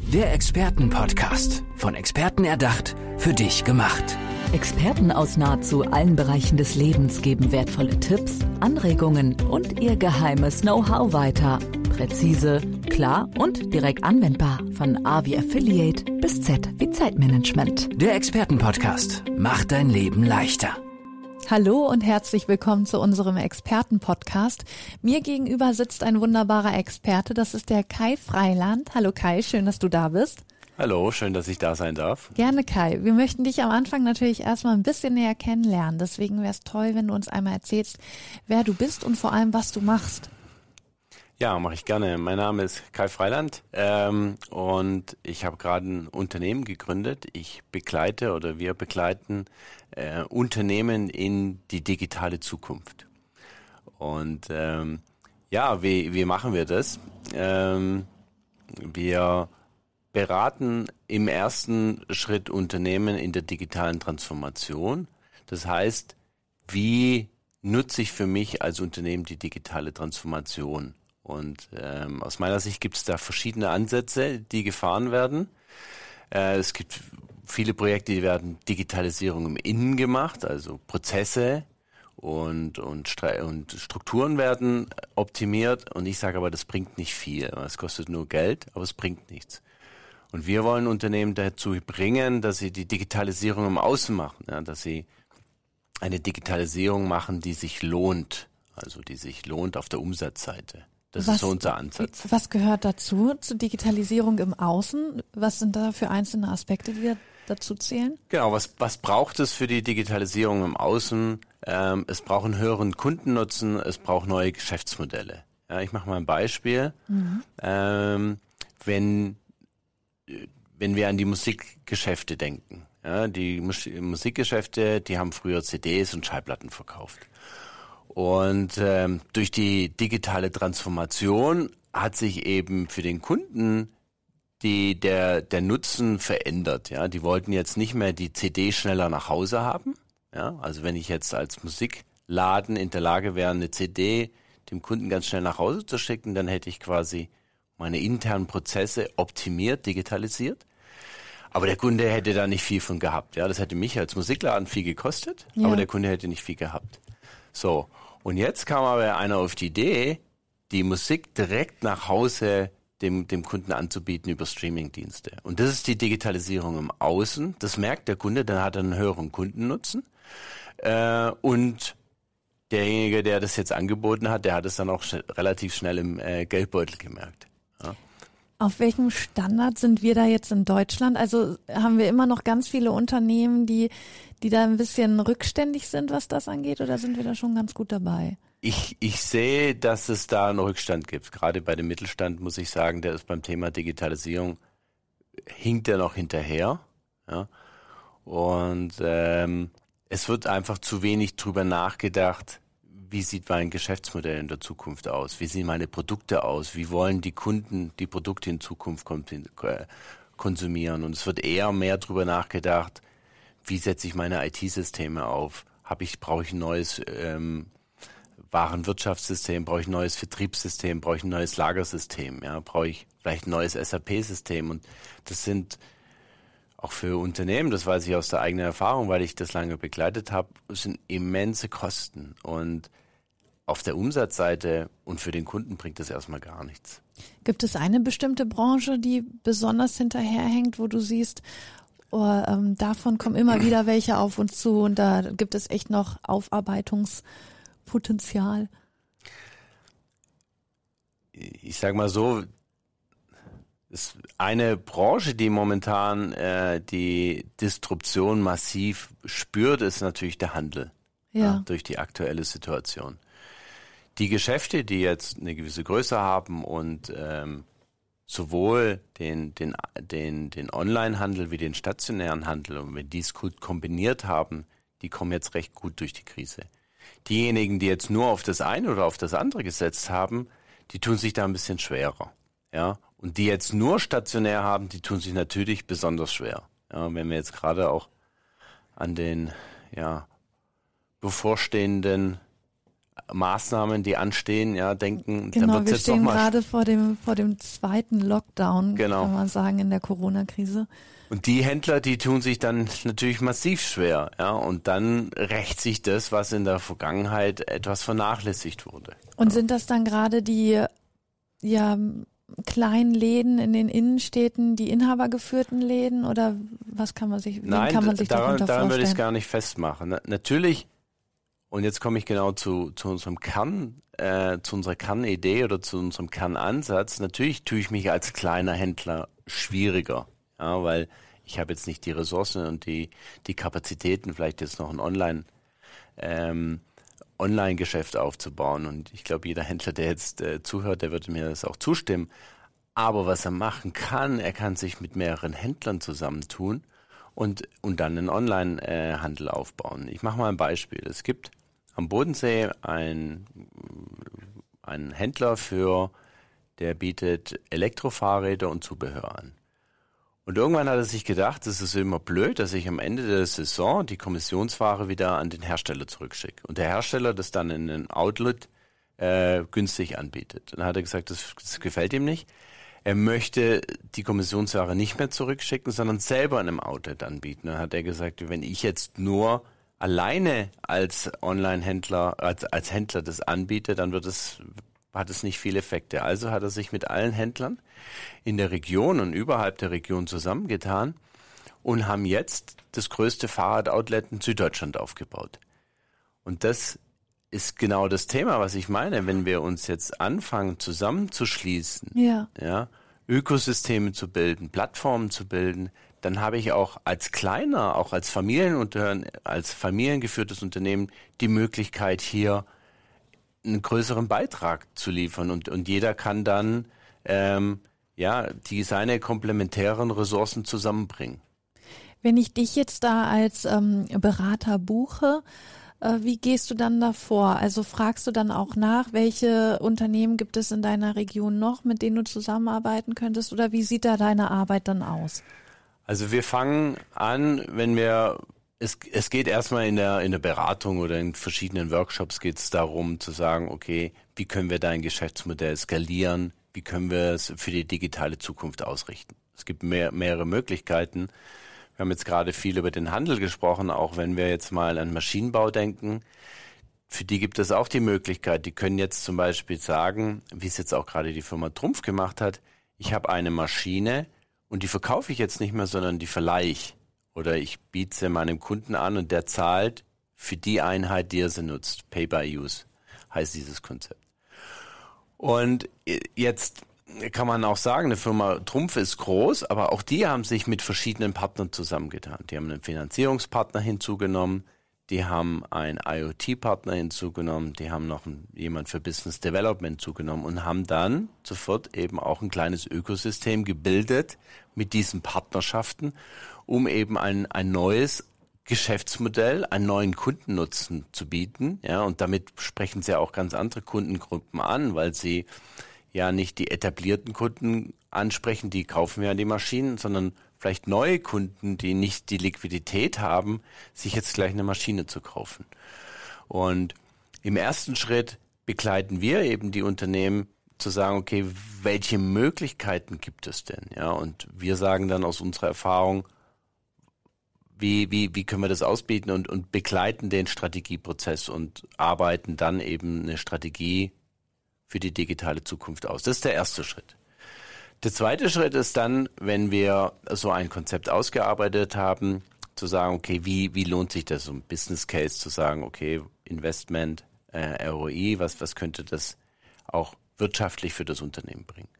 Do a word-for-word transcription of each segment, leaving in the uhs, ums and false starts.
Der Expertenpodcast. Von Experten erdacht, für dich gemacht. Experten aus nahezu allen Bereichen des Lebens geben wertvolle Tipps, Anregungen und ihr geheimes Know-how weiter. Präzise, klar und direkt anwendbar. Von A wie Affiliate bis Z wie Zeitmanagement. Der Expertenpodcast macht dein Leben leichter. Hallo und herzlich willkommen zu unserem Experten-Podcast. Mir gegenüber sitzt ein wunderbarer Experte, das ist der Kai Freiland. Hallo Kai, schön, dass du da bist. Hallo, schön, dass ich da sein darf. Gerne Kai. Wir möchten dich am Anfang natürlich erstmal ein bisschen näher kennenlernen. Deswegen wäre es toll, wenn du uns einmal erzählst, wer du bist und vor allem, was du machst. Ja, mache ich gerne. Mein Name ist Kai Freiland ähm, und ich habe gerade ein Unternehmen gegründet. Ich begleite oder wir begleiten äh, Unternehmen in die digitale Zukunft. Und ähm, ja, wie, wie machen wir das? Ähm, wir beraten im ersten Schritt Unternehmen in der digitalen Transformation. Das heißt, wie nutze ich für mich als Unternehmen die digitale Transformation? Und ähm, aus meiner Sicht gibt es da verschiedene Ansätze, die gefahren werden. Äh, es gibt viele Projekte, die werden Digitalisierung im Innen gemacht, also Prozesse und, und, Stre- und Strukturen werden optimiert. Und ich sage aber, das bringt nicht viel. Es kostet nur Geld, aber es bringt nichts. Und wir wollen Unternehmen dazu bringen, dass sie die Digitalisierung im Außen machen, ja, dass sie eine Digitalisierung machen, die sich lohnt, also die sich lohnt auf der Umsatzseite. Das was, ist so unser Ansatz. Was gehört dazu, zur Digitalisierung im Außen? Was sind da für einzelne Aspekte, die da dazu zählen? Genau, was, was braucht es für die Digitalisierung im Außen? Ähm, es braucht einen höheren Kundennutzen, es braucht neue Geschäftsmodelle. Ja, ich mache mal ein Beispiel. Mhm. Ähm, wenn, wenn wir an die Musikgeschäfte denken. Ja, die Mus- Musikgeschäfte, die haben früher C Ds und Schallplatten verkauft. Und ähm, durch die digitale Transformation hat sich eben für den Kunden die der der Nutzen verändert. Ja, die wollten jetzt nicht mehr die C D schneller nach Hause haben. Ja, also wenn ich jetzt als Musikladen in der Lage wäre, eine C D dem Kunden ganz schnell nach Hause zu schicken, dann hätte ich quasi meine internen Prozesse optimiert, digitalisiert. Aber der Kunde hätte da nicht viel von gehabt. Ja, das hätte mich als Musikladen viel gekostet, ja. Aber der Kunde hätte nicht viel gehabt. So, und jetzt kam aber einer auf die Idee, die Musik direkt nach Hause dem, dem Kunden anzubieten über Streamingdienste. Und das ist die Digitalisierung im Außen. Das merkt der Kunde, dann hat er einen höheren Kundennutzen. Äh, und derjenige, der das jetzt angeboten hat, der hat es dann auch sch- relativ schnell im äh, Geldbeutel gemerkt. Ja. Auf welchem Standard sind wir da jetzt in Deutschland? Also haben wir immer noch ganz viele Unternehmen, die die da ein bisschen rückständig sind, was das angeht, oder sind wir da schon ganz gut dabei? Ich, ich sehe, dass es da einen Rückstand gibt. Gerade bei dem Mittelstand muss ich sagen, der ist beim Thema Digitalisierung, hinkt er noch hinterher. Ja. Und ähm, es wird einfach zu wenig drüber nachgedacht, wie sieht mein Geschäftsmodell in der Zukunft aus? Wie sehen meine Produkte aus? Wie wollen die Kunden die Produkte in Zukunft konsumieren? Und es wird eher mehr drüber nachgedacht, wie setze ich meine I T-Systeme auf? Habe ich, brauche ich ein neues ähm, Warenwirtschaftssystem? Brauche ich ein neues Vertriebssystem? Brauche ich ein neues Lagersystem? Ja, brauche ich vielleicht ein neues S A P-System? Und das sind auch für Unternehmen, das weiß ich aus der eigenen Erfahrung, weil ich das lange begleitet habe, sind immense Kosten. Und auf der Umsatzseite und für den Kunden bringt das erstmal gar nichts. Gibt es eine bestimmte Branche, die besonders hinterherhängt, wo du siehst, oh, ähm, davon kommen immer wieder welche auf uns zu und da gibt es echt noch Aufarbeitungspotenzial? Ich sag mal so, ist eine Branche, die momentan äh, die Disruption massiv spürt, ist natürlich der Handel. Ja. Ja, durch die aktuelle Situation. Die Geschäfte, die jetzt eine gewisse Größe haben und ähm, sowohl den den den den Onlinehandel wie den stationären Handel, und wenn die es gut kombiniert haben, die kommen jetzt recht gut durch die Krise. Diejenigen, die jetzt nur auf das eine oder auf das andere gesetzt haben, die tun sich da ein bisschen schwerer. Ja, und die jetzt nur stationär haben, die tun sich natürlich besonders schwer. Ja, wenn wir jetzt gerade auch an den ja bevorstehenden Maßnahmen, die anstehen, ja, denken, genau, dann wird's wir jetzt stehen noch mal gerade vor dem vor dem zweiten Lockdown, genau. kann man sagen, in der Corona-Krise. Und die Händler, die tun sich dann natürlich massiv schwer, ja, und dann rächt sich das, was in der Vergangenheit etwas vernachlässigt wurde. Und ja. sind das dann gerade die ja kleinen Läden in den Innenstädten, die inhabergeführten Läden oder was kann man sich, Nein, kann man sich daran, darunter daran würde ich es vorstellen? gar nicht festmachen. Na, natürlich, und jetzt komme ich genau zu, zu unserem Kern, äh, zu unserer Kernidee oder zu unserem Kernansatz. Natürlich tue ich mich als kleiner Händler schwieriger, ja, weil ich habe jetzt nicht die Ressourcen und die, die Kapazitäten, vielleicht jetzt noch ein Online, ähm, Online-Geschäft aufzubauen. Und ich glaube, jeder Händler, der jetzt äh, zuhört, der würde mir das auch zustimmen. Aber was er machen kann, er kann sich mit mehreren Händlern zusammentun und, und dann einen Online-Handel äh, aufbauen. Ich mache mal ein Beispiel. Es gibt am Bodensee ein, einen Händler für, der bietet Elektrofahrräder und Zubehör an. Und irgendwann hat er sich gedacht, es ist immer blöd, dass ich am Ende der Saison die Kommissionsware wieder an den Hersteller zurückschicke. Und der Hersteller das dann in ein Outlet äh, günstig anbietet. Dann hat er gesagt, das, das gefällt ihm nicht. Er möchte die Kommissionsware nicht mehr zurückschicken, sondern selber in einem Outlet anbieten. Dann hat er gesagt, wenn ich jetzt nur alleine als Online-Händler, als, als Händler das anbiete, dann wird es, hat es nicht viele Effekte. Also hat er sich mit allen Händlern in der Region und überhalb der Region zusammengetan und haben jetzt das größte Fahrradoutlet in Süddeutschland aufgebaut. Und das ist genau das Thema, was ich meine, wenn wir uns jetzt anfangen zusammenzuschließen, Ja. ja, Ökosysteme zu bilden, Plattformen zu bilden, dann habe ich auch als kleiner, auch als Familienunternehmen, als familiengeführtes Unternehmen die Möglichkeit, hier einen größeren Beitrag zu liefern und, und jeder kann dann ähm, ja die seine komplementären Ressourcen zusammenbringen. Wenn ich dich jetzt da als ähm, Berater buche, äh, wie gehst du dann davor? Also fragst du dann auch nach, welche Unternehmen gibt es in deiner Region noch, mit denen du zusammenarbeiten könntest oder wie sieht da deine Arbeit dann aus? Also wir fangen an, wenn wir Es, es geht erstmal in der, in der Beratung oder in verschiedenen Workshops geht es darum zu sagen, okay, wie können wir dein Geschäftsmodell skalieren, wie können wir es für die digitale Zukunft ausrichten. Es gibt mehr, mehrere Möglichkeiten. Wir haben jetzt gerade viel über den Handel gesprochen, auch wenn wir jetzt mal an Maschinenbau denken. Für die gibt es auch die Möglichkeit, die können jetzt zum Beispiel sagen, wie es jetzt auch gerade die Firma Trumpf gemacht hat, ich habe eine Maschine und die verkaufe ich jetzt nicht mehr, sondern die verleihe ich. Oder ich biete sie meinem Kunden an und der zahlt für die Einheit, die er sie nutzt. Pay by Use heißt dieses Konzept. Und jetzt kann man auch sagen, eine Firma Trumpf ist groß, aber auch die haben sich mit verschiedenen Partnern zusammengetan. Die haben einen Finanzierungspartner hinzugenommen, die haben einen I O T-Partner hinzugenommen, die haben noch einen, jemand für Business Development zugenommen und haben dann sofort eben auch ein kleines Ökosystem gebildet mit diesen Partnerschaften, um eben ein, ein neues Geschäftsmodell, einen neuen Kundennutzen zu bieten. Ja, und damit sprechen sie auch ganz andere Kundengruppen an, weil sie ja nicht die etablierten Kunden ansprechen, die kaufen ja die Maschinen, sondern vielleicht neue Kunden, die nicht die Liquidität haben, sich jetzt gleich eine Maschine zu kaufen. Und im ersten Schritt begleiten wir eben die Unternehmen zu sagen, okay, welche Möglichkeiten gibt es denn? Ja, und wir sagen dann aus unserer Erfahrung, wie, wie, wie können wir das ausbieten und, und begleiten den Strategieprozess und arbeiten dann eben eine Strategie für die digitale Zukunft aus. Das ist der erste Schritt. Der zweite Schritt ist dann, wenn wir so ein Konzept ausgearbeitet haben, zu sagen, okay, wie, wie lohnt sich das, so ein Business Case zu sagen, okay, Investment, äh, R O I, was, was könnte das auch wirtschaftlich für das Unternehmen bringen?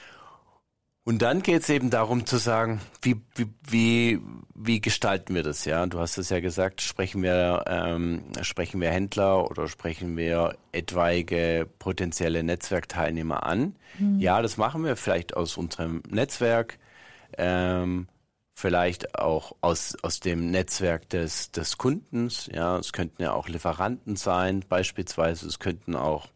Und dann geht es eben darum zu sagen, wie, wie, wie, wie gestalten wir das, ja? Du hast es ja gesagt, sprechen wir, ähm, sprechen wir Händler oder sprechen wir etwaige potenzielle Netzwerkteilnehmer an? Mhm. Ja, das machen wir vielleicht aus unserem Netzwerk, ähm, vielleicht auch aus, aus dem Netzwerk des, des Kundens, ja? Es könnten ja auch Lieferanten sein, beispielsweise, es könnten auch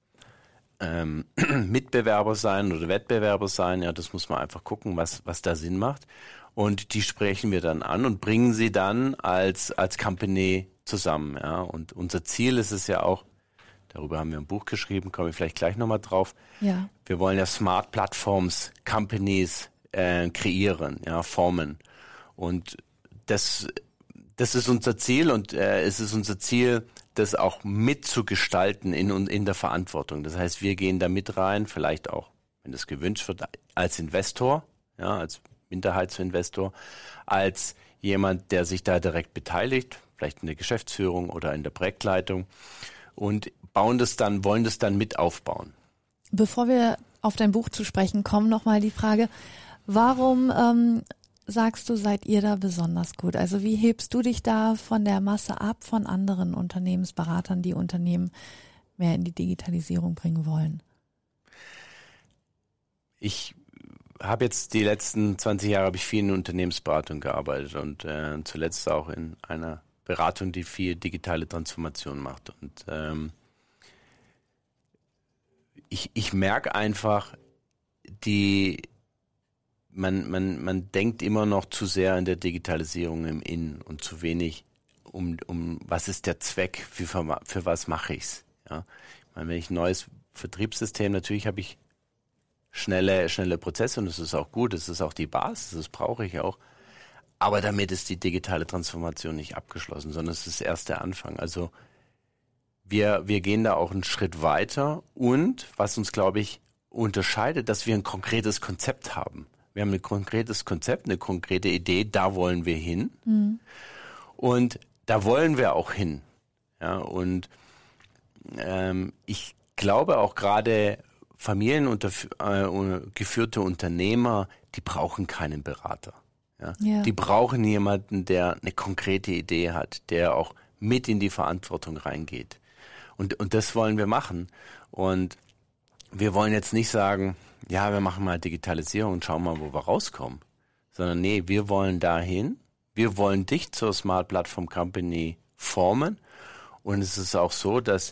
Ähm, Mitbewerber sein oder Wettbewerber sein, ja, das muss man einfach gucken, was was da Sinn macht. Und die sprechen wir dann an und bringen sie dann als als Company zusammen, ja. Und unser Ziel ist es ja auch, Darüber haben wir ein Buch geschrieben, komme ich vielleicht gleich nochmal drauf. Ja. Wir wollen ja Smart Platforms, Companies äh, kreieren, ja, formen. Und das, das ist unser Ziel und äh, es ist unser Ziel, das auch mitzugestalten in, in der Verantwortung. Das heißt, wir gehen da mit rein, vielleicht auch, wenn das gewünscht wird, als Investor, ja, als Minderheitsinvestor, als jemand, der sich da direkt beteiligt, vielleicht in der Geschäftsführung oder in der Projektleitung und bauen das dann, wollen das dann mit aufbauen. Bevor wir auf dein Buch zu sprechen kommen, nochmal die Frage, warum ähm, sagst du, seid ihr da besonders gut? Also wie hebst du dich da von der Masse ab von anderen Unternehmensberatern, die Unternehmen mehr in die Digitalisierung bringen wollen? Ich habe jetzt die letzten zwanzig Jahre habe ich viel in Unternehmensberatung gearbeitet und äh, zuletzt auch in einer Beratung, die viel digitale Transformation macht. Und ähm, ich, ich merke einfach, die man, man, man denkt immer noch zu sehr an der Digitalisierung im Innen und zu wenig um, um was ist der Zweck, für, für was mache ich's. Ja? Ich meine, wenn ich ein neues Vertriebssystem, natürlich habe ich schnelle, schnelle Prozesse und das ist auch gut, das ist auch die Basis, das brauche ich auch. Aber damit ist die digitale Transformation nicht abgeschlossen, sondern es ist erst der Anfang. Also wir, wir gehen da auch einen Schritt weiter und was uns, glaube ich, unterscheidet, dass wir ein konkretes Konzept haben. Wir haben ein konkretes Konzept, eine konkrete Idee, da wollen wir hin. Mhm. Und da wollen wir auch hin. Ja, und ähm, ich glaube auch gerade familiengeführte Unternehmer, die brauchen keinen Berater. Ja? Ja. Die brauchen jemanden, der eine konkrete Idee hat, der auch mit in die Verantwortung reingeht. Und, und das wollen wir machen. Und wir wollen jetzt nicht sagen, ja, wir machen mal Digitalisierung und schauen mal, wo wir rauskommen. Sondern nee, wir wollen dahin. Wir wollen dich zur Smart Platform Company formen. Und es ist auch so, dass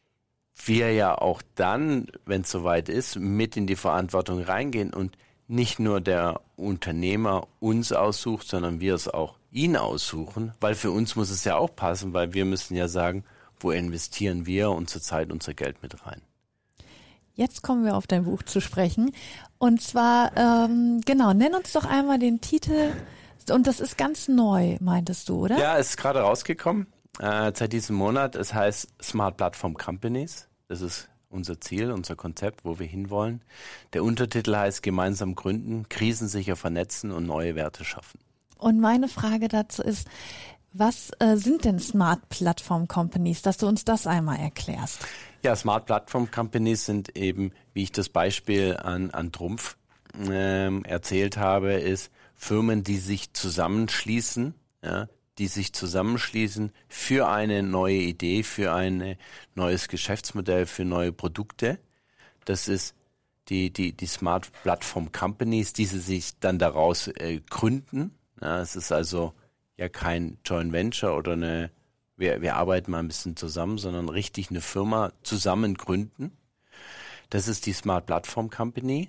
wir ja auch dann, wenn es soweit ist, mit in die Verantwortung reingehen und nicht nur der Unternehmer uns aussucht, sondern wir es auch ihn aussuchen, weil für uns muss es ja auch passen, weil wir müssen ja sagen, wo investieren wir unsere Zeit, unser Geld mit rein. Jetzt kommen wir auf dein Buch zu sprechen und zwar, ähm, genau, nenn uns doch einmal den Titel und das ist ganz neu, meintest du, oder? Ja, es ist gerade rausgekommen. Äh, seit diesem Monat. Es heißt Smart Platform Companies. Das ist unser Ziel, unser Konzept, wo wir hinwollen. Der Untertitel heißt Gemeinsam gründen, krisensicher vernetzen und neue Werte schaffen. Und meine Frage dazu ist, was äh, sind denn Smart Platform Companies, dass du uns das einmal erklärst? Ja, Smart Platform Companies sind eben, wie ich das Beispiel an, an Trumpf ähm, erzählt habe, ist Firmen, die sich zusammenschließen, ja, die sich zusammenschließen für eine neue Idee, für ein neues Geschäftsmodell, für neue Produkte. Das ist die, die, die Smart Platform Companies, die sie sich dann daraus äh, gründen. Ja, es ist also ja kein Joint Venture oder eine, wir, wir arbeiten mal ein bisschen zusammen, sondern richtig eine Firma zusammen gründen. Das ist die Smart Platform Company.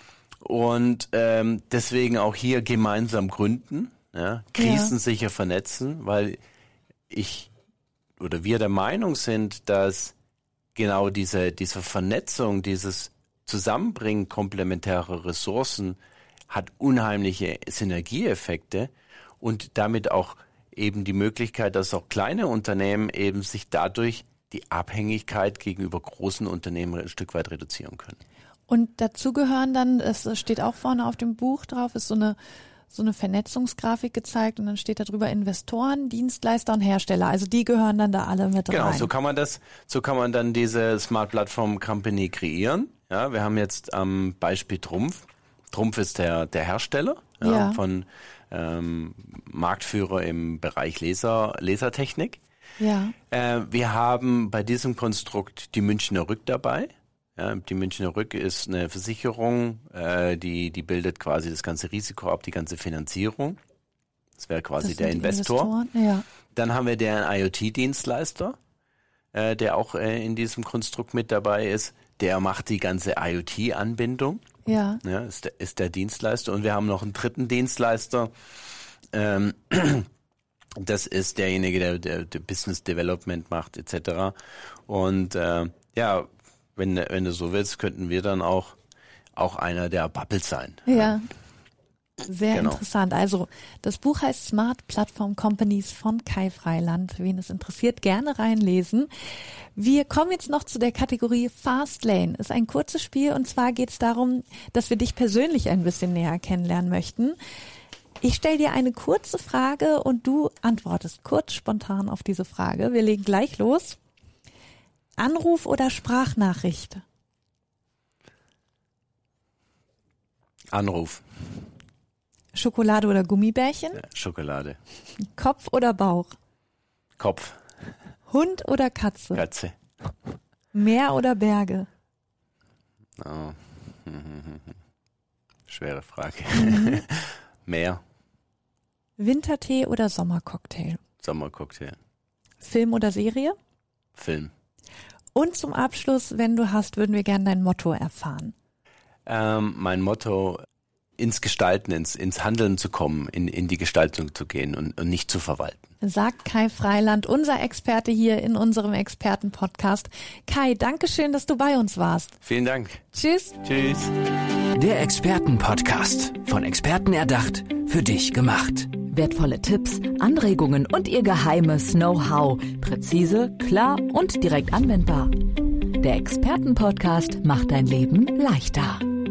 Und ähm, deswegen auch hier gemeinsam gründen. Ja, krisensicher ja. vernetzen, weil ich oder wir der Meinung sind, dass genau diese, diese Vernetzung, dieses Zusammenbringen komplementärer Ressourcen hat unheimliche Synergieeffekte und damit auch eben die Möglichkeit, dass auch kleine Unternehmen eben sich dadurch die Abhängigkeit gegenüber großen Unternehmen ein Stück weit reduzieren können. Und dazu gehören dann, es steht auch vorne auf dem Buch drauf, ist so eine so eine Vernetzungsgrafik gezeigt und dann steht da drüber Investoren, Dienstleister und Hersteller. Also die gehören dann da alle mit genau, rein. Genau, so kann man das, so kann man dann diese Smart Platform Company kreieren. Ja, wir haben jetzt am ähm, Beispiel Trumpf. Trumpf ist der, der Hersteller ja, ja. von ähm, Marktführer im Bereich Laser, Lasertechnik. Ja. Äh, wir haben bei diesem Konstrukt die Münchner Rück dabei. Ja, die Münchner Rück ist eine Versicherung, äh, die, die bildet quasi das ganze Risiko ab, die ganze Finanzierung. Das wäre quasi das der Investor. Ja. Dann haben wir den I O T-Dienstleister, äh, der auch äh, in diesem Konstrukt mit dabei ist. Der macht die ganze I O T-Anbindung. Ja. Ja, ist der, ist der Dienstleister. Und wir haben noch einen dritten Dienstleister, ähm, Das ist derjenige, der, der, der Business Development macht et cetera. Und äh, ja, wenn, wenn du so willst, könnten wir dann auch, auch einer der Bubbles sein. Ja. Sehr genau. interessant. Also das Buch heißt Smart Platform Companies von Kai Freiland. Für wen es interessiert, gerne reinlesen. Wir kommen jetzt noch zu der Kategorie Fast Lane. Ist ein kurzes Spiel und zwar geht es darum, dass wir dich persönlich ein bisschen näher kennenlernen möchten. Ich stelle dir eine kurze Frage und du antwortest kurz, spontan auf diese Frage. Wir legen gleich los. Anruf oder Sprachnachricht? Anruf. Schokolade oder Gummibärchen? Ja, Schokolade. Kopf oder Bauch? Kopf. Hund oder Katze? Katze. Meer oder Berge? Oh. Schwere Frage. Mhm. Meer. Wintertee oder Sommercocktail? Sommercocktail. Film oder Serie? Film. Und zum Abschluss, wenn du hast, würden wir gerne dein Motto erfahren. Ähm, mein Motto, ins Gestalten, ins, ins Handeln zu kommen, in, in die Gestaltung zu gehen und, und nicht zu verwalten. Sagt Kai Freiland, unser Experte hier in unserem Experten-Podcast. Kai, danke schön, dass du bei uns warst. Vielen Dank. Tschüss. Tschüss. Der Experten-Podcast. Von Experten erdacht, für dich gemacht. Wertvolle Tipps, Anregungen und ihr geheimes Know-how. Präzise, klar und direkt anwendbar. Der Experten-Podcast macht dein Leben leichter.